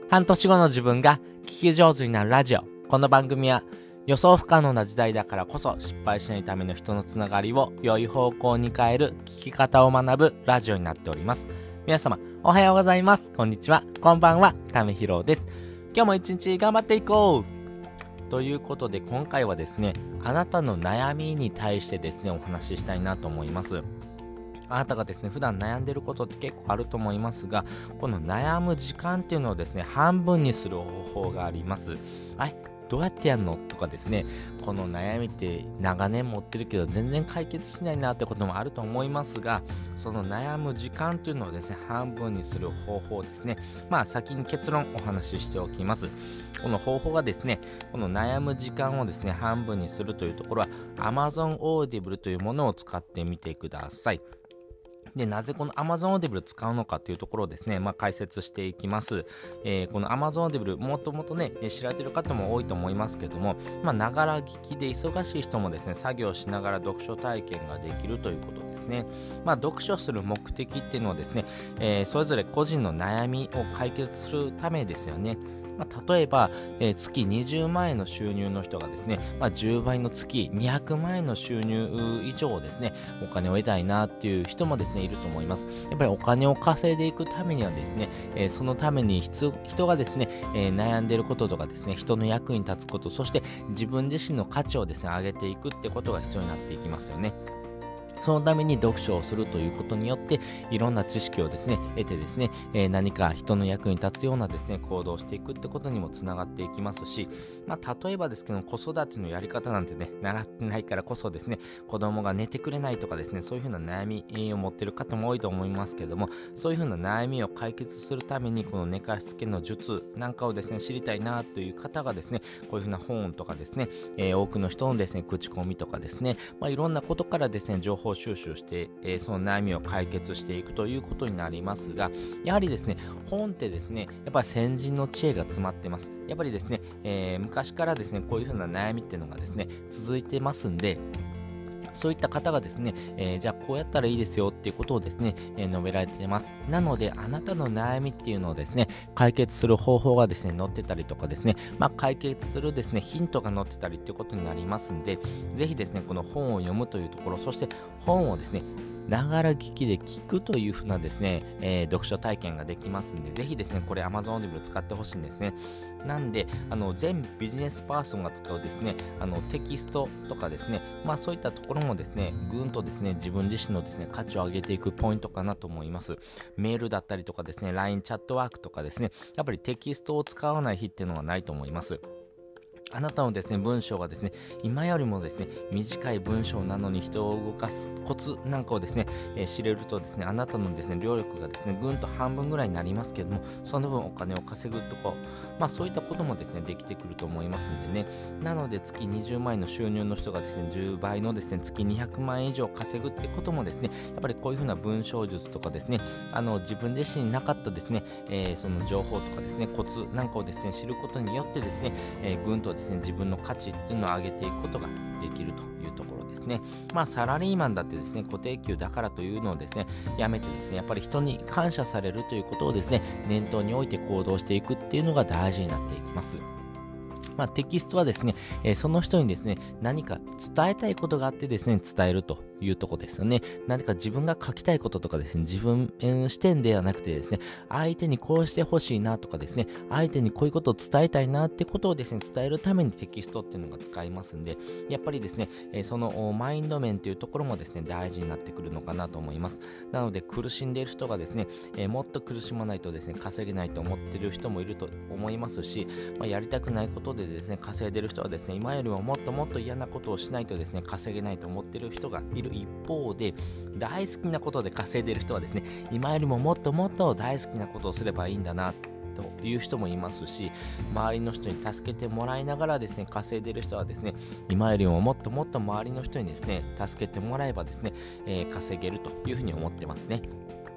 半年後の自分が聞き上手になるラジオ。この番組は予想不可能な時代だからこそ失敗しないための人のつながりを良い方向に変える聞き方を学ぶラジオになっております。皆様おはようございます。こんにちは、こんばんは。亀ひろです。今日も一日頑張っていこうということで、今回はですね、あなたの悩みに対してですね、お話ししたいなと思います。あなたがですね、普段悩んでることって結構あると思いますが、この悩む時間っていうのをですね、半分にする方法があります。どうやってやるのとかですね、この悩みって長年持ってるけど全然解決しないなってこともあると思いますが、その悩む時間というのをですね、半分にする方法ですね。先に結論お話ししておきます。この方法がですね、この悩む時間をですね、半分にするというところは Amazon Audible というものを使ってみてください。で、なぜこの Amazon Audible 使うのかというところをですね、解説していきます。この Amazon Audible、もともとね、知られている方も多いと思いますけども、ながら聞きで忙しい人もですね、作業しながら読書体験ができるということですね。読書する目的っていうのはですね、それぞれ個人の悩みを解決するためですよね。例えば、月20万円の収入の人がですね、10倍の月200万円の収入以上ですね、お金を得たいなっていう人もですね、いると思います。やっぱりお金を稼いでいくためにはですね、そのために人がですね、悩んでいることとかですね、人の役に立つこと、そして自分自身の価値をですね、上げていくってことが必要になっていきますよね。そのために読書をするということによっていろんな知識をですね得てですね、何か人の役に立つようなですね行動をしていくってことにもつながっていきますし、例えばですけど子育てのやり方なんてね習ってないからこそですね、子供が寝てくれないとかですね、そういうふうな悩みを持っている方も多いと思いますけども、そういうふうな悩みを解決するためにこの寝かしつけの術なんかをですね知りたいなという方がですね、こういうふうな本とかですね、多くの人のですね口コミとかですね、いろんなことからですね情報収集して、その悩みを解決していくということになりますが、やはりですね本ってですねやっぱり先人の知恵が詰まってます。やっぱりですね、昔からですねこういうふうな悩みっていうのがですね続いてますんで、そういった方がですね、じゃあこうやったらいいですよっていうことをですね、述べられています。なので、あなたの悩みっていうのをですね、解決する方法がですね、載ってたりとかですね、解決するですね、ヒントが載ってたりっていうことになりますんで、ぜひですね、この本を読むというところ、そして本をですね、ながら聞きで聞くというふうなですね、読書体験ができますんで、ぜひですね、これ Amazon Audible 使ってほしいんですね。なんで、全ビジネスパーソンが使うですね、テキストとかですね、そういったところもですね、ぐんとですね、自分自身のですね、価値を上げていくポイントかなと思います。メールだったりとかですね、LINE チャットワークとかですね、やっぱりテキストを使わない日っていうのはないと思います。あなたのですね文章がですね今よりもですね短い文章なのに人を動かすコツなんかをですね、知れるとですね、あなたのですね労力がですねぐんと半分ぐらいになりますけども、その分お金を稼ぐとか、そういったこともですねできてくると思いますんでね。なので月20万円の収入の人がですね10倍のですね月200万円以上稼ぐってこともですね、やっぱりこういうふうな文章術とかですね、自分自身になかったですね、その情報とかですねコツなんかをですね知ることによってですね、ぐんとですね自分の価値っていうのを上げていくことができるというところですね。サラリーマンだってですね固定給だからというのをですねやめてですね、やっぱり人に感謝されるということをですね念頭に置いて行動していくっていうのが大事になっていきます。テキストはですね、その人にですね何か伝えたいことがあってですね伝えるというところですよね。何か自分が書きたいこととかですね、自分、視点ではなくてですね、相手にこうしてほしいなとかですね、相手にこういうことを伝えたいなってことをですね伝えるためにテキストっていうのが使いますんで、やっぱりですね、そのマインド面というところもですね大事になってくるのかなと思います。なので苦しんでいる人がですね、もっと苦しまないとですね稼げないと思っている人もいると思いますし、やりたくないことでですね稼いでいる人はですね、今よりももっともっと嫌なことをしないとですね稼げないと思っている人がいる一方で、大好きなことで稼いでいる人はですね、今よりももっともっと大好きなことをすればいいんだなという人もいますし、周りの人に助けてもらいながらですね稼いでいる人はですね、今よりももっともっと周りの人にですね助けてもらえばですね、稼げるというふうに思ってますね。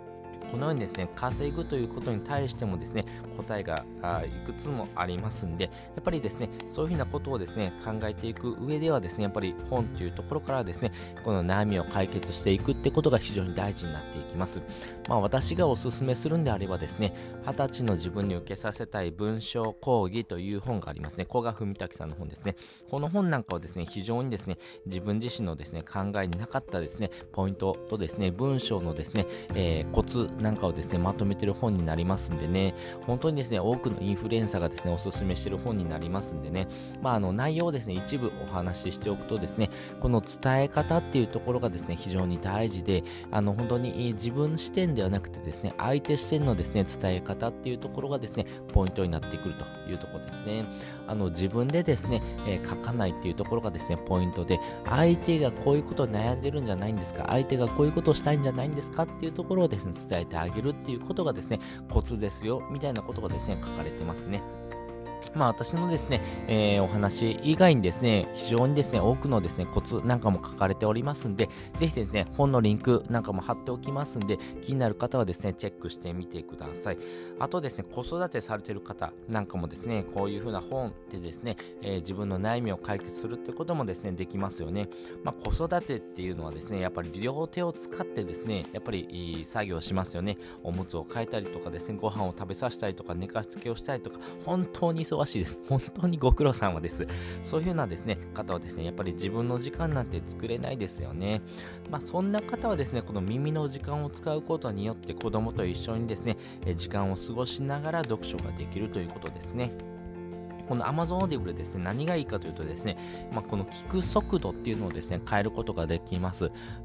このようにですね、稼ぐということに対してもですね、答えがいくつもありますんで、やっぱりですね、そういうふうなことをですね、考えていく上ではですね、やっぱり本というところからですね、この悩みを解決していくってことが非常に大事になっていきます。私がおすすめするんであればですね、20歳の自分に受けさせたい文章講義という本がありますね。古賀文武さんの本ですね。この本なんかはですね、非常にですね、自分自身のですね、考えになかったですね、ポイントとですね、文章のですね、コツなんかをですね、まとめてる本になりますんでね、本当にですね、多くのインフルエンサーがですね、おすすめしてる本になりますんでね、内容をですね、一部お話ししておくとですね、この伝え方っていうところがですね、非常に大事で、本当に自分視点ではなくてですね、相手視点のですね、伝え方っていうところがですね、ポイントになってくるというところですね。自分でですね、書かないっていうところがですね、ポイントで、相手がこういうことに悩んでるんじゃないんですか、相手がこういうことをしたいんじゃないんですかっていうところをですね、伝えてあげるっていうことがですね、コツですよ、みたいなことがですね、書かれてますね。私のですね、お話以外にですね、非常にですね、多くのですね、コツなんかも書かれておりますんで、ぜひですね、本のリンクなんかも貼っておきますんで、気になる方はですね、チェックしてみてください。あとですね、子育てされている方なんかもですね、こういう風な本でですね、自分の悩みを解決するってこともですね、できますよね。子育てっていうのはですね、やっぱり両手を使ってですね、やっぱり作業しますよね。おむつを替えたりとかですね、ご飯を食べさせたりとか、寝かしつけをしたりとか、本当に忙しいです。本当にご苦労様です。そういう風なですね、方はですね、やっぱり自分の時間なんて作れないですよね。そんな方はですね、この耳の時間を使うことによって子供と一緒にですね、時間を過ごしながら読書ができるということですね。この Amazon Audible ですね、何がいいかというとですね、この聞く速度っていうのをですね、変えることができます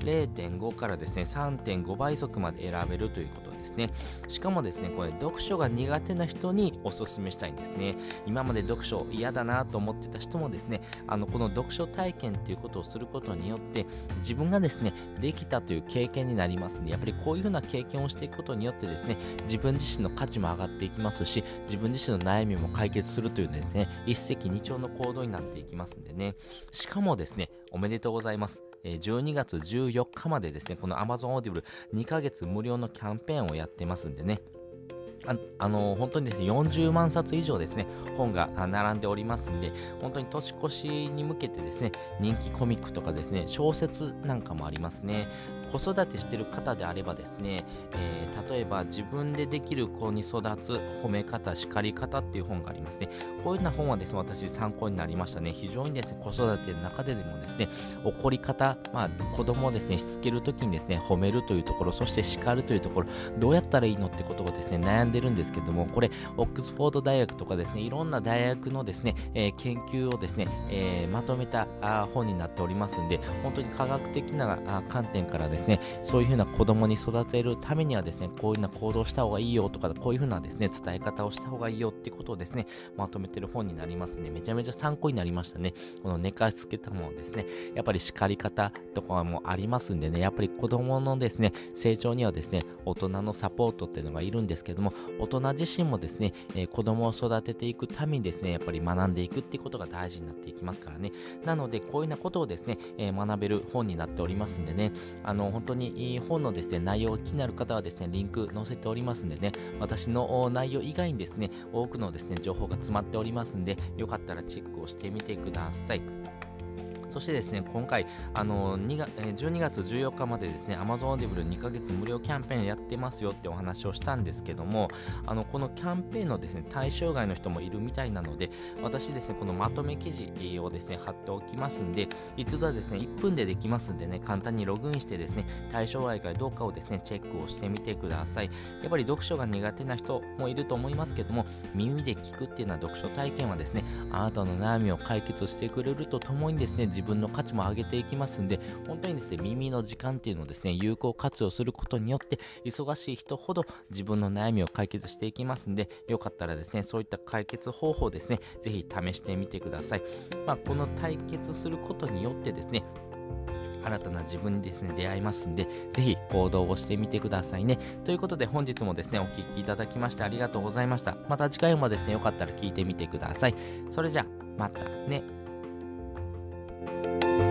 。0.5 からですね、3.5 倍速まで選べるということですね。しかもですね、これ読書が苦手な人におすすめしたいんですね。今まで読書嫌だなと思ってた人もですね、この読書体験っていうことをすることによって、自分がですね、できたという経験になりますので、やっぱりこういうふうな経験をしていくことによってですね、自分自身の価値も上がっていきますし、自分自身の悩みも解決するというですね、一石二鳥の行動になっていきますんでね。しかもですね、おめでとうございます。12月14日までですね、この Amazon Audible 2ヶ月無料のキャンペーンをやってますんでね。本当にですね、40万冊以上ですね、本が並んでおりますんで、本当に年越しに向けてですね、人気コミックとかですね、小説なんかもありますね。子育てしてる方であればですね、例えば自分でできる子に育つ褒め方、叱り方っていう本がありますね。こういうような本はですね、私参考になりましたね。非常にですね、子育ての中でもですね、怒り方、子供をですね、しつけるときにですね、褒めるというところ、そして叱るというところ、どうやったらいいのってことをですね、悩んでるんですけども、これ、オックスフォード大学とかですね、いろんな大学のですね、研究をですね、まとめた本になっておりますんで、本当に科学的な観点からですね、そういうふうな子供に育てるためにはですね、こういうような行動した方がいいよとか、こういうふうなですね、伝え方をした方がいいよっていうことをですね、まとめてる本になりますね。めちゃめちゃ参考になりましたね。この寝かしつけたものですね、やっぱり叱り方とかもありますんでね、やっぱり子供のですね、成長にはですね、大人のサポートっていうのがいるんですけども、大人自身もですね、子供を育てていくためにですね、やっぱり学んでいくっていうことが大事になっていきますからね。なので、こういうようなことをですね、学べる本になっておりますんでね、本当に本のですね、内容が気になる方はですね、リンク載せておりますんでね、私の内容以外にですね、多くのですね、情報が詰まっておりますんで、よかったらチェックをしてみてください。そしてですね、今回、12月14日までですね、Amazon Audible 2ヶ月無料キャンペーンやってますよってお話をしたんですけども、このキャンペーンのですね、対象外の人もいるみたいなので、私ですね、このまとめ記事をですね、貼っておきますんで、一度はですね、1分でできますんでね、簡単にログインしてですね、対象外かどうかをですね、チェックをしてみてください。やっぱり読書が苦手な人もいると思いますけども、耳で聞くっていうような読書体験はですね、あなたの悩みを解決してくれるとともにですね、自分の価値も上げていきますんで、本当にですね、耳の時間っていうのをですね、有効活用することによって、忙しい人ほど自分の悩みを解決していきますんで、よかったらですね、そういった解決方法をですね、ぜひ試してみてください。この対決することによってですね、新たな自分にですね、出会いますんで、ぜひ行動をしてみてくださいね。ということで本日もですね、お聞きいただきましてありがとうございました。また次回もですね、よかったら聞いてみてください。それじゃあ、またね。